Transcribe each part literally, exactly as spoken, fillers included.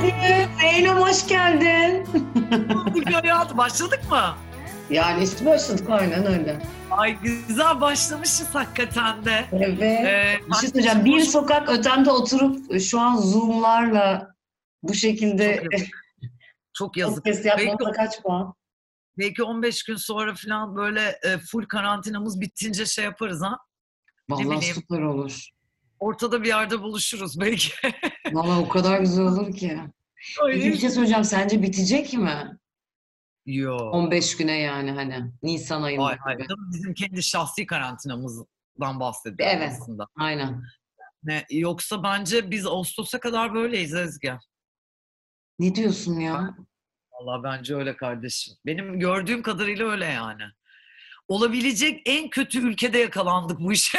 Zeynep hoş geldin. Bulduk hayat. Başladık mı? Yani işte başladık aynen öyle. Ay güzel başlamışız hakikaten de. Evet. Ee, Bir şey söyleyeceğim. Bir sokak ötemde oturup şu an Zoom'larla bu şekilde Çok yazık. Çok yazık. podcast Belki, yapmamıza kaç puan? belki on beş gün sonra falan böyle e, full karantinamız bittince şey yaparız ha. Ne Vallahi bileyim. süper olur. Ortada bir yerde buluşuruz belki. Vallahi o kadar güzel olur ki. Peki bir şey söyleyeceğim. Sence bitecek mi? Yo. on beş güne yani hani Nisan ayında Hayır, hayır. gibi. Bizim kendi şahsi karantinamızdan bahsediyorum Evet. aslında. Aynen. Ne, yoksa bence biz Ağustos'a kadar böyleyiz Ezgi. Ne diyorsun ya? Vallahi bence öyle kardeşim. Benim gördüğüm kadarıyla öyle yani. Olabilecek en kötü ülkede yakalandık bu işe.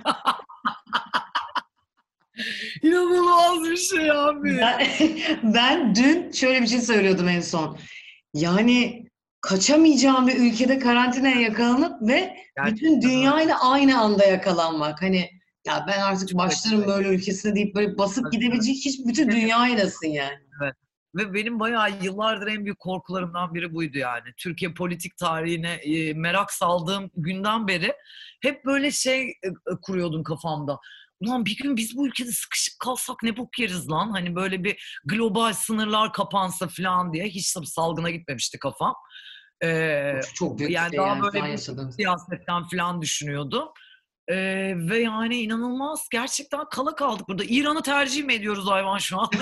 İnanılmaz bir şey abi. Ben, ben dün şöyle bir şey söylüyordum en son. Yani kaçamayacağım bir ülkede karantinaya yakalanıp ve bütün Gerçekten öyle. dünyayla aynı anda yakalanmak. Hani ya ben artık Çok başlarım acayip. böyle ülkesine deyip böyle basıp Evet, gidebilecek hiç bütün dünyaylasın yani. evet. Ve benim bayağı yıllardır en büyük korkularımdan biri buydu yani. Türkiye politik tarihine e, merak saldığım günden beri hep böyle şey e, e, kuruyordum kafamda. Ulan bir gün biz bu ülkede sıkışıp kalsak ne bok yeriz lan? Hani böyle bir global sınırlar kapansa falan diye. Hiç tabii salgına gitmemişti kafam. Ee, Çok, çok büyük bir Yani şey daha yani şu an böyle bir yaşadığımız. siyasetten falan düşünüyordum. Ee, ve yani inanılmaz gerçekten kala kaldık burada. İran'ı tercih mi ediyoruz hayvan şu an?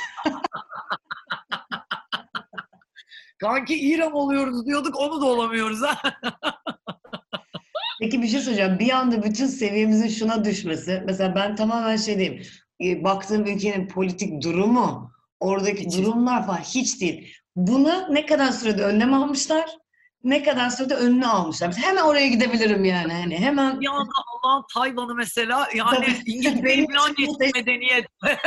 Kanki İran oluyoruz diyorduk onu da olamıyoruz ha. Peki bir şey söyleyeceğim. Bir anda bütün seviyemizin şuna düşmesi. Mesela ben tamamen şey diyeyim. e, Baktığım ülkenin politik durumu, oradaki Hiç, hiç. durumlar falan hiç değil. Bunu ne kadar sürede önlem almışlar, ne kadar sürede önüne almışlar. Mesela hemen oraya gidebilirim yani. Hani hemen Bir anda Allah'ın Tayvan'ı mesela yani tabii İngiltere'yi benim falan için geçti muhteşem. medeniyet.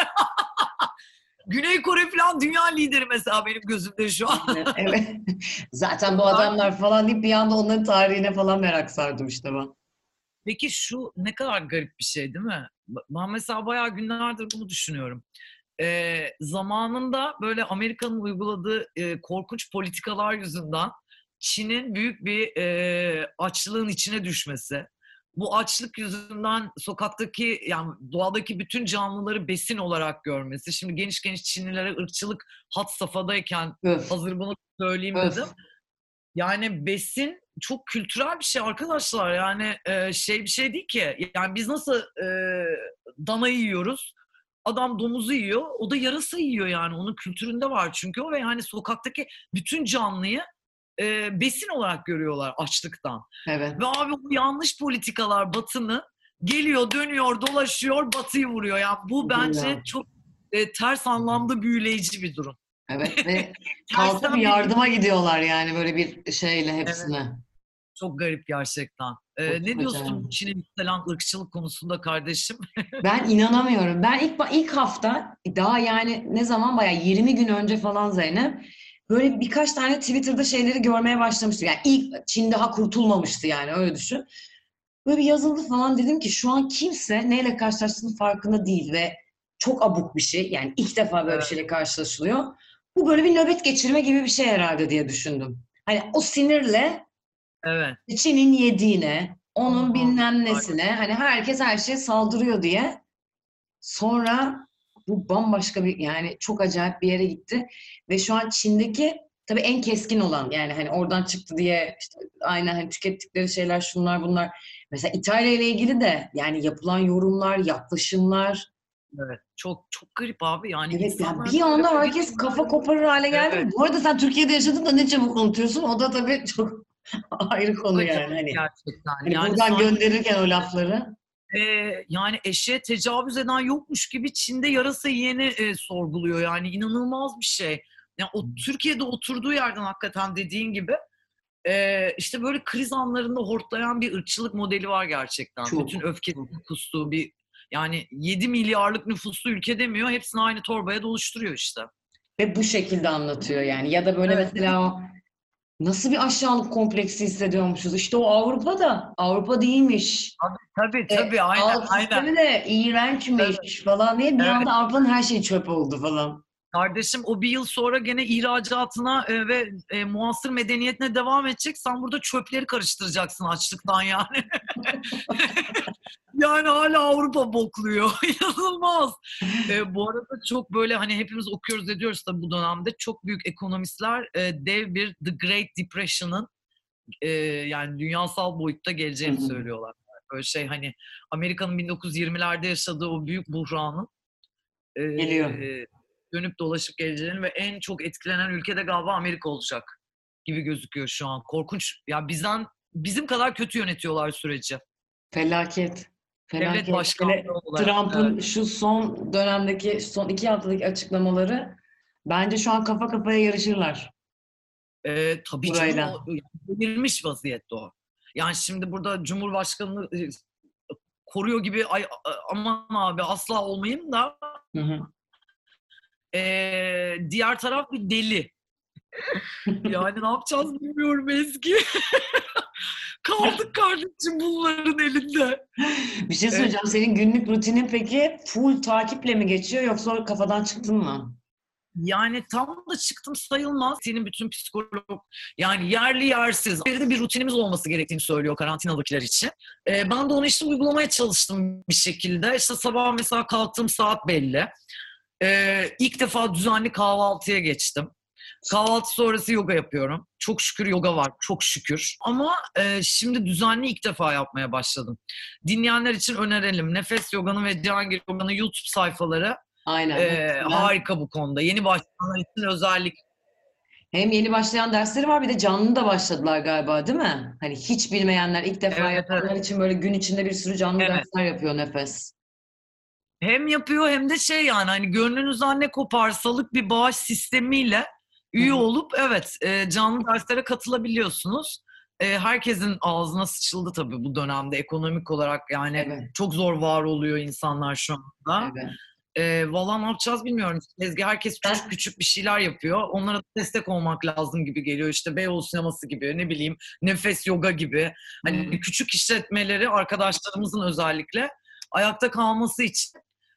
Güney Kore falan dünya lideri mesela benim gözümde şu an. Evet. Zaten bu Olay. adamlar falan deyip bir anda onların tarihine falan merak sardım işte ben. Peki şu ne kadar garip bir şey değil mi? Ben mesela bayağı günlerdir bunu düşünüyorum. Ee, zamanında böyle Amerika'nın uyguladığı e, korkunç politikalar yüzünden Çin'in büyük bir e, açlığın içine düşmesi. Bu açlık yüzünden sokaktaki yani doğadaki bütün canlıları besin olarak görmesi. Şimdi geniş geniş Çinlilere ırkçılık had safhadayken Öf, hazır bunu söyleyeyim dedim. öf. Yani besin çok kültürel bir şey arkadaşlar. Yani e, şey bir şey değil ki. Yani biz nasıl e, danayı yiyoruz? Adam domuzu yiyor. O da yarasa yiyor yani. Onun kültüründe var çünkü o ve hani sokaktaki bütün canlıyı e, besin olarak görüyorlar açlıktan. Evet. Ve abi bu yanlış politikalar Batı'nı geliyor, dönüyor, dolaşıyor, Batı'yı vuruyor. Yani bu bence Bilmiyorum. çok e, ters anlamda büyüleyici bir durum. Evet ve kalkıp Tersten bir yardıma gidiyorlar yani böyle bir şeyle evet. hepsine. Çok garip gerçekten. Ee, Çok ne çok diyorsun bu acayip. Çin'e yükselen ırkçılık konusunda kardeşim? Ben inanamıyorum. Ben ilk ilk hafta daha yani ne zaman bayağı yirmi gün önce falan Zeynep böyle birkaç tane Twitter'da şeyleri görmeye başlamıştım. Yani ilk Çin daha kurtulmamıştı yani öyle düşün. Böyle bir yazıldı falan dedim ki şu an kimse neyle karşılaştığının farkında değil ve çok abuk bir şey. Yani ilk defa böyle bir Evet, şeyle karşılaşılıyor. Bu böyle bir nöbet geçirme gibi bir şey herhalde diye düşündüm. Hani o sinirle evet. Çin'in yediğine, onun Aman, bilmem ay, nesine, hani herkes her şeye saldırıyor diye. Sonra bu bambaşka bir yani çok acayip bir yere gitti. Ve şu an Çin'deki tabii en keskin olan yani hani oradan çıktı diye işte aynen hani tükettikleri şeyler şunlar bunlar. Mesela İtalya ile ilgili de yani yapılan yorumlar, yaklaşımlar. evet. Çok çok garip abi. Yani Evet yani insanlar bir böyle anda bir herkes kafa dünyada- koparır hale geldi. evet. Bu arada sen Türkiye'de yaşadın da ne çabuk unutuyorsun. O da tabii çok ayrı Çok konu yani acayip hani. gerçekten. Hani Yani buradan sanki gönderirken o lafları. e, yani eşeğe tecavüz eden yokmuş gibi Çin'de yarasa yiyeni e, sorguluyor. Yani inanılmaz bir şey. Yani o Türkiye'de oturduğu yerden hakikaten dediğin gibi e, işte böyle kriz anlarında hortlayan bir ırkçılık modeli var gerçekten. Bütün Çok, öfkesini çok. kustuğu bir yani yedi milyarlık nüfuslu ülke demiyor. Hepsini aynı torbaya doluşturuyor işte. Ve bu şekilde anlatıyor yani. Ya da böyle Evet. mesela o nasıl bir aşağılık kompleksi hissediyormuşuz. İşte o Avrupa'da. Avrupa değilmiş. Tabii tabii, E, tabii aynen sağlık aynen. sistemi de Evet, iğrençmiş falan diye bir evet. anda Avrupa'nın her şeyi çöp oldu falan. Kardeşim o bir yıl sonra gene ihracatına e, ve e, muasır medeniyetine devam edecek. Sen burada çöpleri karıştıracaksın açlıktan yani. Yani hala Avrupa bokluyor. İnanılmaz. E, bu arada çok böyle hani hepimiz okuyoruz ediyoruz tabii bu dönemde. Çok büyük ekonomistler e, dev bir The Great Depression'ın e, yani dünyasal boyutta Hı geleceğini hı. söylüyorlar. Böyle şey hani Amerika'nın bin dokuz yüz yirmilerde yaşadığı o büyük buhranın e, Geliyor. dönüp dolaşıp geleceğini ve en çok etkilenen ülke de galiba Amerika olacak gibi gözüküyor şu an. Korkunç. Ya bizden bizim kadar kötü yönetiyorlar süreci. Felaket. Devlet Felaket. Hele başkanlığı olarak. Evet. Trump'ın şu son dönemdeki, son iki haftalık açıklamaları bence şu an kafa kafaya yarışırlar Ee, tabii canım burayla. o verilmiş vaziyette o. Yani şimdi burada Cumhurbaşkanı e, koruyor gibi ay a- aman abi asla olmayayım da Hı hı. e, diğer taraf bir deli. Yani ne yapacağız bilmiyorum Ezgi. Kaldık kardeşim bunların elinde. Bir şey E, söyleyeceğim. Senin günlük rutinin peki full takiple mi geçiyor yoksa kafadan çıktın mı? Yani tam da çıktım sayılmaz. Senin bütün psikolog yani yerli yersiz. Bir de bir rutinimiz olması gerektiğini söylüyor karantinalıkiler için. Ee, ben de onu işte uygulamaya çalıştım bir şekilde. İşte sabah mesela kalktığım saat belli. Ee, ilk defa düzenli kahvaltıya geçtim. Kahvaltı sonrası yoga yapıyorum. Çok şükür yoga var. Çok şükür. Ama e, şimdi düzenli ilk defa yapmaya başladım. Dinleyenler için önerelim. Nefes Yoga'nın ve Cihangir Yoga'nın YouTube sayfaları Aynen. e, Hepsinden. harika bu konuda. Yeni başlayanlar için özellikle. Hem yeni başlayan dersleri var bir de canlı da başladılar galiba değil mi? Hani hiç bilmeyenler, ilk defa Evet, yapanlar evet. için böyle gün içinde bir sürü canlı Evet. dersler yapıyor Nefes. Hem yapıyor hem de şey yani hani gönlünüzden ne koparsalık bir bağış sistemiyle Hı üye hı. olup evet e, canlı derslere katılabiliyorsunuz. E, herkesin ağzına sıçıldı tabii bu dönemde ekonomik olarak yani Evet, çok zor var oluyor insanlar şu anda. evet. E, valla ne yapacağız bilmiyorum. Ezgi herkes küçük Ben küçük bir şeyler yapıyor. Onlara da destek olmak lazım gibi geliyor. İşte Beyoğlu Sineması gibi ne bileyim Nefes Yoga gibi. Hı hı. Hani küçük işletmeleri arkadaşlarımızın özellikle ayakta kalması için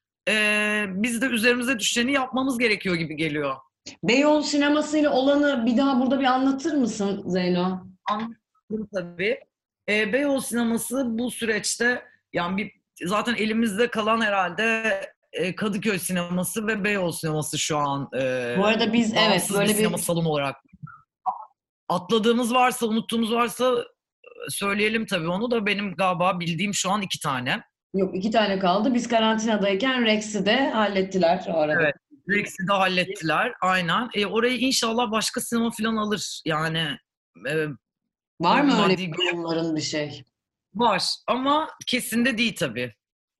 e, biz de üzerimize düşeni yapmamız gerekiyor gibi geliyor. Beyoğlu sinemasıyla olanı bir daha burada bir anlatır mısın Zeyno? Anladım tabii. E, Beyoğlu sineması bu süreçte yani bir zaten elimizde kalan herhalde e, Kadıköy sineması ve Beyoğlu sineması şu an e, Bu arada biz evet bağımsız bir böyle sinema bir salonu olarak. Atladığımız varsa, unuttuğumuz varsa söyleyelim tabii onu da benim galiba bildiğim şu an iki tane. yok iki tane kaldı. Biz karantinadayken Rex'i de hallettiler o arada. Evet. Rex'i de hallettiler. Aynen. E, orayı inşallah başka sinema falan alır. Yani e, Var böyle bir mı öyle maddi bir güç durumların bir şey? var. Ama kesin de değil tabii.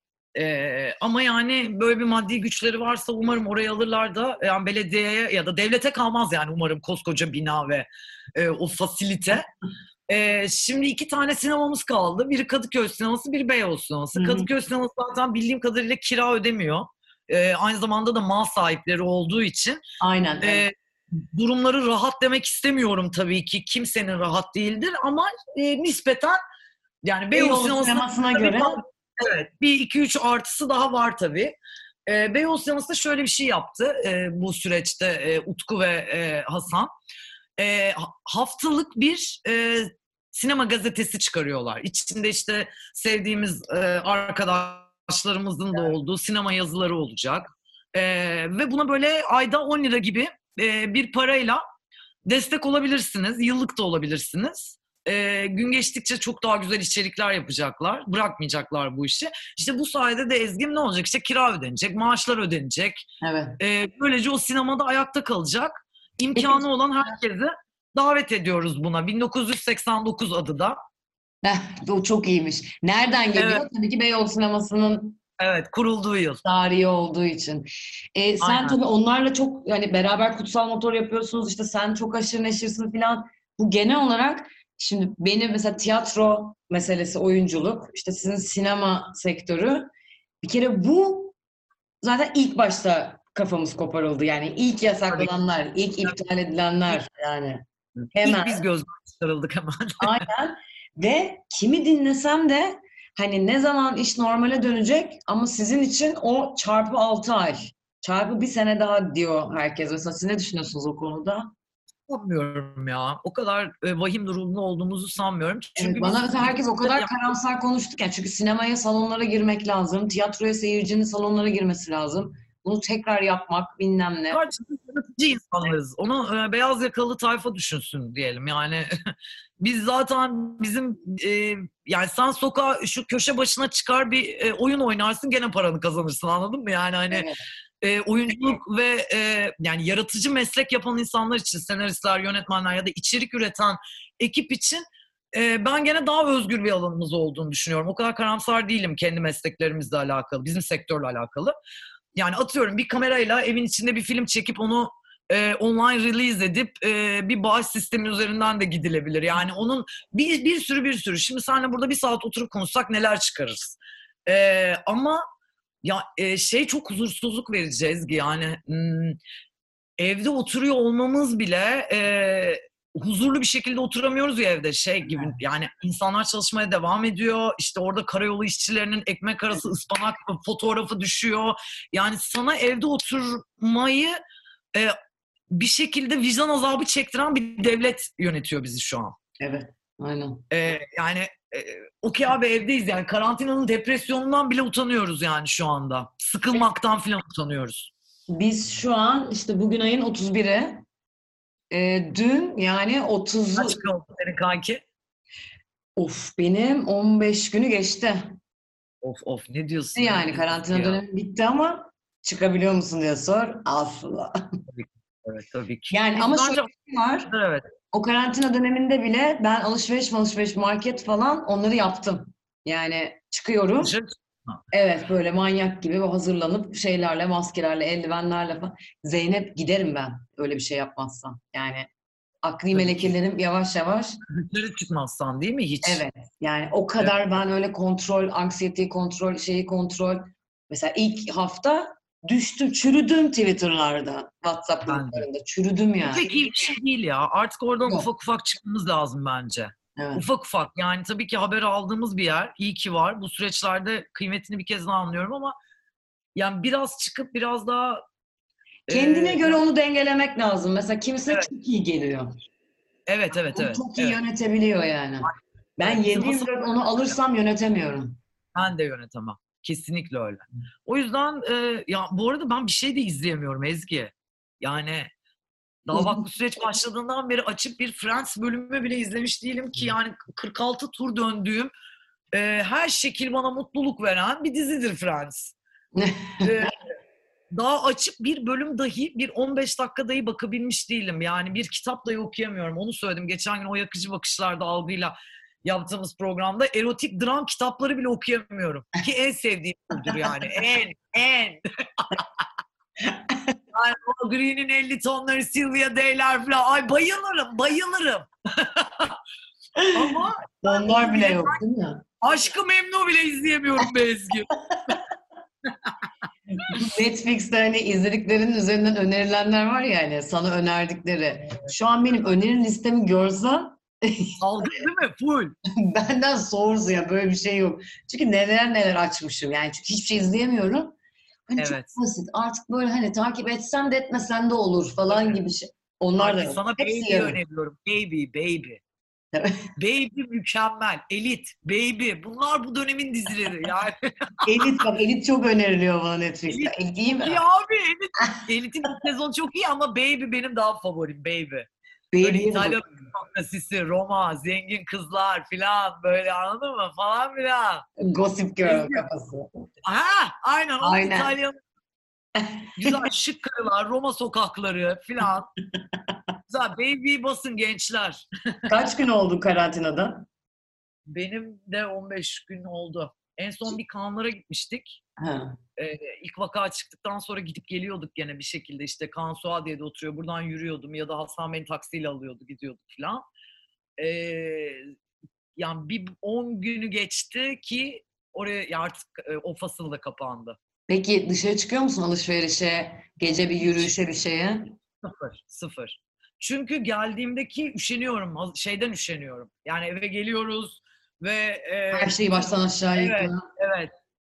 E, ama yani böyle bir maddi güçleri varsa umarım orayı alırlar da yani belediyeye ya da devlete kalmaz yani umarım koskoca bina ve e, o fasilite. E, şimdi iki tane sinemamız kaldı. Biri Kadıköy sineması, biri Beyoğlu Hı sineması. hı. Kadıköy sineması zaten bildiğim kadarıyla kira ödemiyor. E, aynı zamanda da mal sahipleri olduğu için Aynen evet. e, durumları rahat demek istemiyorum tabii ki. Kimsenin rahat değildir ama e, nispeten yani Beyoğlu Beyoğlu sinemasının sinemasına tabii göre evet, bir iki üç artısı daha var tabii. E, Beyoğlu sineması da şöyle bir şey yaptı e, bu süreçte e, Utku ve e, Hasan. E, haftalık bir e, sinema gazetesi çıkarıyorlar. İçinde işte sevdiğimiz e, arkadaşlarımızın da olduğu sinema yazıları olacak. E, ve buna böyle ayda on lira gibi e, bir parayla destek olabilirsiniz. Yıllık da olabilirsiniz. E, gün geçtikçe çok daha güzel içerikler yapacaklar. Bırakmayacaklar bu işi. İşte bu sayede de Ezgi'm ne olacak? İşte kira ödenecek, maaşlar ödenecek. evet. E, böylece o sinemada ayakta kalacak. Peki İmkanı olan herkese davet ediyoruz buna. bin dokuz yüz seksen dokuz adı da. heh, bu çok iyiymiş. Nereden Evet, geliyor? Tabii ki Beyoğlu sinemasının evet kurulduğu yıl. tarihi olduğu için. Ee, sen Aynen. tabii onlarla çok yani beraber kutsal motor yapıyorsunuz. İşte sen çok aşırı neşirsin falan. Bu genel olarak şimdi benim mesela tiyatro meselesi, oyunculuk, işte sizin sinema sektörü. Bir kere bu zaten ilk başta kafamız koparıldı. Yani ilk Tabii ki. yasaklananlar, ilk iptal edilenler yani. İlk Hemen. biz gözden çıkarıldık hemen. Aynen. Ve kimi dinlesem de hani ne zaman iş normale dönecek ama sizin için o çarpı altı ay. Çarpı bir sene daha diyor herkes. Mesela siz ne düşünüyorsunuz o konuda? Sanmıyorum ya. O kadar e, vahim durumda olduğumuzu sanmıyorum. Evet, Çünkü bana biz mesela herkes o kadar ya, karamsar konuştuk ya. Çünkü sinemaya, salonlara girmek lazım. Tiyatroya seyircinin salonlara girmesi lazım. Bunu tekrar yapmak bilmem ne. karşılıklı yaratıcı insanlarız. Onu e, beyaz yakalı tayfa düşünsün diyelim. Yani biz zaten bizim e, yani sen sokağa şu köşe başına çıkar bir e, oyun oynarsın gene paranı kazanırsın, anladın mı? Yani hani Evet, e, oyunculuk ve e, yani yaratıcı meslek yapan insanlar için, senaristler, yönetmenler ya da içerik üreten ekip için e, ben gene daha özgür bir alanımız olduğunu düşünüyorum. O kadar karamsar değilim kendi mesleklerimizle alakalı, bizim sektörle alakalı. Yani atıyorum bir kamerayla evin içinde bir film çekip onu e, online release edip e, bir bağış sistemi üzerinden de gidilebilir. Yani onun bir, bir sürü bir sürü. Şimdi seninle burada bir saat oturup konuşsak neler çıkarırız. E, ama ya e, şey çok huzursuzluk verici Ezgi. Yani hmm, evde oturuyor olmamız bile e, huzurlu bir şekilde oturamıyoruz ya evde, şey gibi. Yani insanlar çalışmaya devam ediyor. İşte orada karayolu işçilerinin ekmek arası ıspanak fotoğrafı düşüyor. Yani sana evde oturmayı e, bir şekilde vicdan azabı çektiren bir devlet yönetiyor bizi şu an. evet, aynen. E, yani e, okey abi, evdeyiz yani, karantinanın depresyonundan bile utanıyoruz yani şu anda. Sıkılmaktan falan utanıyoruz. Biz şu an işte bugün ayın otuz biri. Ee, dün yani Kaç otuzu, gün oldu senin kanki? of benim on beş günü geçti. Of of, ne diyorsun Yani Ezgi karantina ya? dönemi bitti ama çıkabiliyor musun diye sor. Asla. Tabii ki. Evet, tabii ki. Yani Biz ama şöyle bence bir şey var. evet. O karantina döneminde bile ben alışveriş alışveriş market falan onları yaptım. Yani çıkıyorum. Dışarı çıkma. Evet, böyle manyak gibi hazırlanıp şeylerle, maskelerle, eldivenlerle falan. Zeynep, giderim ben öyle bir şey yapmazsam. Yani akli Tabii ki. melekelerim yavaş yavaş. Dışarı çıkmazsan değil mi hiç? Evet. Yani o Evet. kadar ben öyle kontrol, anksiyete kontrol, şeyi kontrol. Mesela ilk hafta düştüm, çürüdüm Twitter'larda, WhatsApp Ben de. gruplarında. Çürüdüm Bu yani. pek iyi bir şey değil ya. Artık oradan Yok. ufak ufak çıkmamız lazım bence. Evet. Ufak ufak. Yani tabii ki haber aldığımız bir yer. İyi ki var. Bu süreçlerde kıymetini bir kez daha anlıyorum ama yani biraz çıkıp biraz daha e, Kendine göre ya, onu dengelemek lazım. Mesela kimisine evet, çok iyi geliyor. evet, evet, Onu evet, çok iyi evet, yönetebiliyor yani. Ben evet. Bizim yedi Hasan, yirmi dört onu alırsam yönetemiyorum. ben de yönetemem. Kesinlikle öyle. O yüzden e, ya bu arada ben bir şey de izleyemiyorum Ezgi. Yani daha bak, bu süreç başladığından beri açıp bir Friends bölümü bile izlemiş değilim ki, yani kırk altı tur döndüğüm e, her şekil bana mutluluk veren bir dizidir Friends. E, daha açıp bir bölüm dahi, bir on beş dakika dahi bakabilmiş değilim. Yani bir kitap dahi okuyamıyorum. Onu söyledim geçen gün o yakıcı bakışlarda algıyla yaptığımız programda. Erotik dram kitapları bile okuyamıyorum. Ki en sevdiğim türdür yani. En, en. Yani o Green'in elli tonları, Sylvia Day'ler falan. Ay bayılırım, bayılırım. Ama Onlar onu bile bile, yok değil mi? Aşk-ı Memnu bile izleyemiyorum be Ezgi. Bu Netflix'te hani izlediklerinin üzerinden önerilenler var ya, hani sana önerdikleri. Şu an benim öneri listemi görsen Salgın değil mi? Full. benden soğursun ya, böyle bir şey yok. Çünkü neler neler açmışım yani, çünkü hiçbir şey izleyemiyorum. Hani çok Evet. basit. Artık böyle hani takip etsen de etmesen de olur falan Tabii. gibi şey. Onlar da Sanki yok. sana Hepsi Baby'yi yarım. öneriyorum. Baby, Baby. Baby mükemmel. Elit, Baby. Bunlar bu dönemin dizileri. Yani Elit, bak Elit çok öneriliyor bana Netflix'te. Elit Elit iyi çok iyi mi? abi. Elit. Elit'in ilk sezonu çok iyi ama Baby benim daha favorim. Baby. Böyle Baby'ye de bak. İtalyan fantazisi, Roma, zengin kızlar filan, böyle, anladın mı? Falan filan. Gossip Girl Ezgi. kafası. Ha, aynen onun Aynen. İtalyan güzel şık karılar, Roma sokakları filan. Güzel. Baby basın gençler. Kaç gün oldu karantinada? Benim de on beş gün oldu. En son bir Kaanlara gitmiştik. Ha. Ee, ilk vaka çıktıktan sonra gidip geliyorduk gene bir şekilde. İşte Kaan Suadiye'de oturuyor. Buradan yürüyordum ya da Hasan beni taksiyle alıyordu, gidiyorduk falan. Ee, yani bir on günü geçti ki oraya ya artık e, o fasıl da kapandı. Peki dışarı çıkıyor musun alışverişe, gece bir Hiç. yürüyüşe, bir şeye? Sıfır. Sıfır. Çünkü geldiğimdeki üşeniyorum. haz- Şeyden üşeniyorum. Yani eve geliyoruz ve Her e, şeyi bütün baştan aşağı evet, yıkma. evet.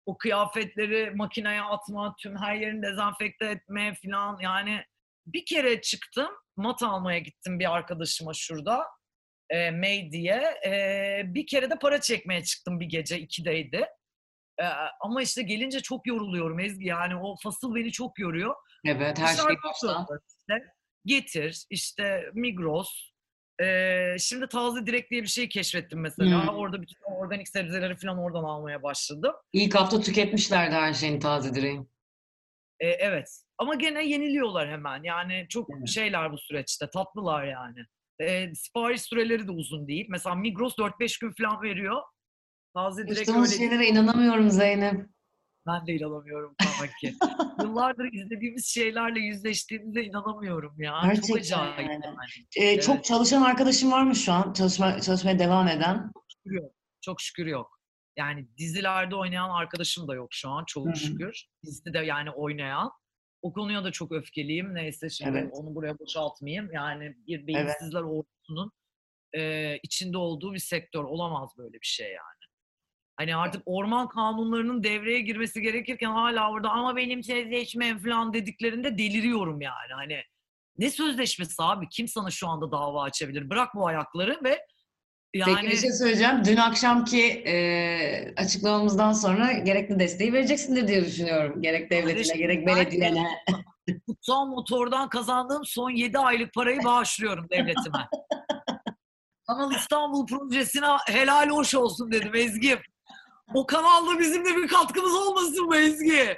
o kıyafetleri makineye atma, tüm her yerini dezenfekte etme falan. Yani bir kere çıktım, mat almaya gittim bir arkadaşıma şurada. E, May diye. E, bir kere de para çekmeye çıktım bir gece, ikideydi. E, ama işte gelince çok yoruluyorum Ezgi. Yani o fasıl beni çok yoruyor. Evet, her şey Dışarıda baştan. oturuyorlar işte. Getir, işte Migros. E, şimdi Taze Direkt diye bir şey keşfettim mesela. Hmm. Orada bütün organik sebzeleri falan oradan almaya başladım. İlk hafta tüketmişlerdi her şeyin taze direği. E, evet. Ama gene yeniliyorlar hemen. Yani çok Evet. şeyler bu süreçte. Tatlılar yani. E, sipariş süreleri de uzun değil. Mesela Migros dört beş gün falan veriyor. Taze Direkt Konuştuğumuz öyle değil. şeylere inanamıyorum Zeynep. Ben de inanamıyorum kanki. Yıllardır izlediğimiz şeylerle yüzleştiğimize inanamıyorum ya. Çok Gerçekten acayip yani. yani. Ee, çok Evet. çalışan arkadaşım var mı şu an? Çalışma, çalışmaya devam eden. Şükür yok. Çok şükür yok. Yani dizilerde oynayan arkadaşım da yok şu an. Hı Çok hı. şükür. Dizide de yani oynayan. O konuya da çok öfkeliyim. Neyse şimdi Evet, onu buraya boşaltmayayım. Yani bir evet. beyinsizler ordusunun e, içinde olduğu bir sektör. Olamaz böyle bir şey yani. Hani artık orman kanunlarının devreye girmesi gerekirken hala orada ama benim sözleşmem falan dediklerinde deliriyorum yani. Hani ne sözleşmesi abi? Kim sana şu anda dava açabilir? Bırak bu ayakları ve Peki bir şey yani söyleyeceğim. Dün akşamki e, açıklamamızdan sonra gerekli desteği vereceksindir diye düşünüyorum. Gerek devletine, kardeşim gerek ben de belediyene. kutsal motordan kazandığım son yedi aylık parayı bağışlıyorum devletime. Kanal İstanbul projesine helal hoş olsun dedim Ezgi'm. O kanalda bizim de bir katkımız olmasın mı Ezgi?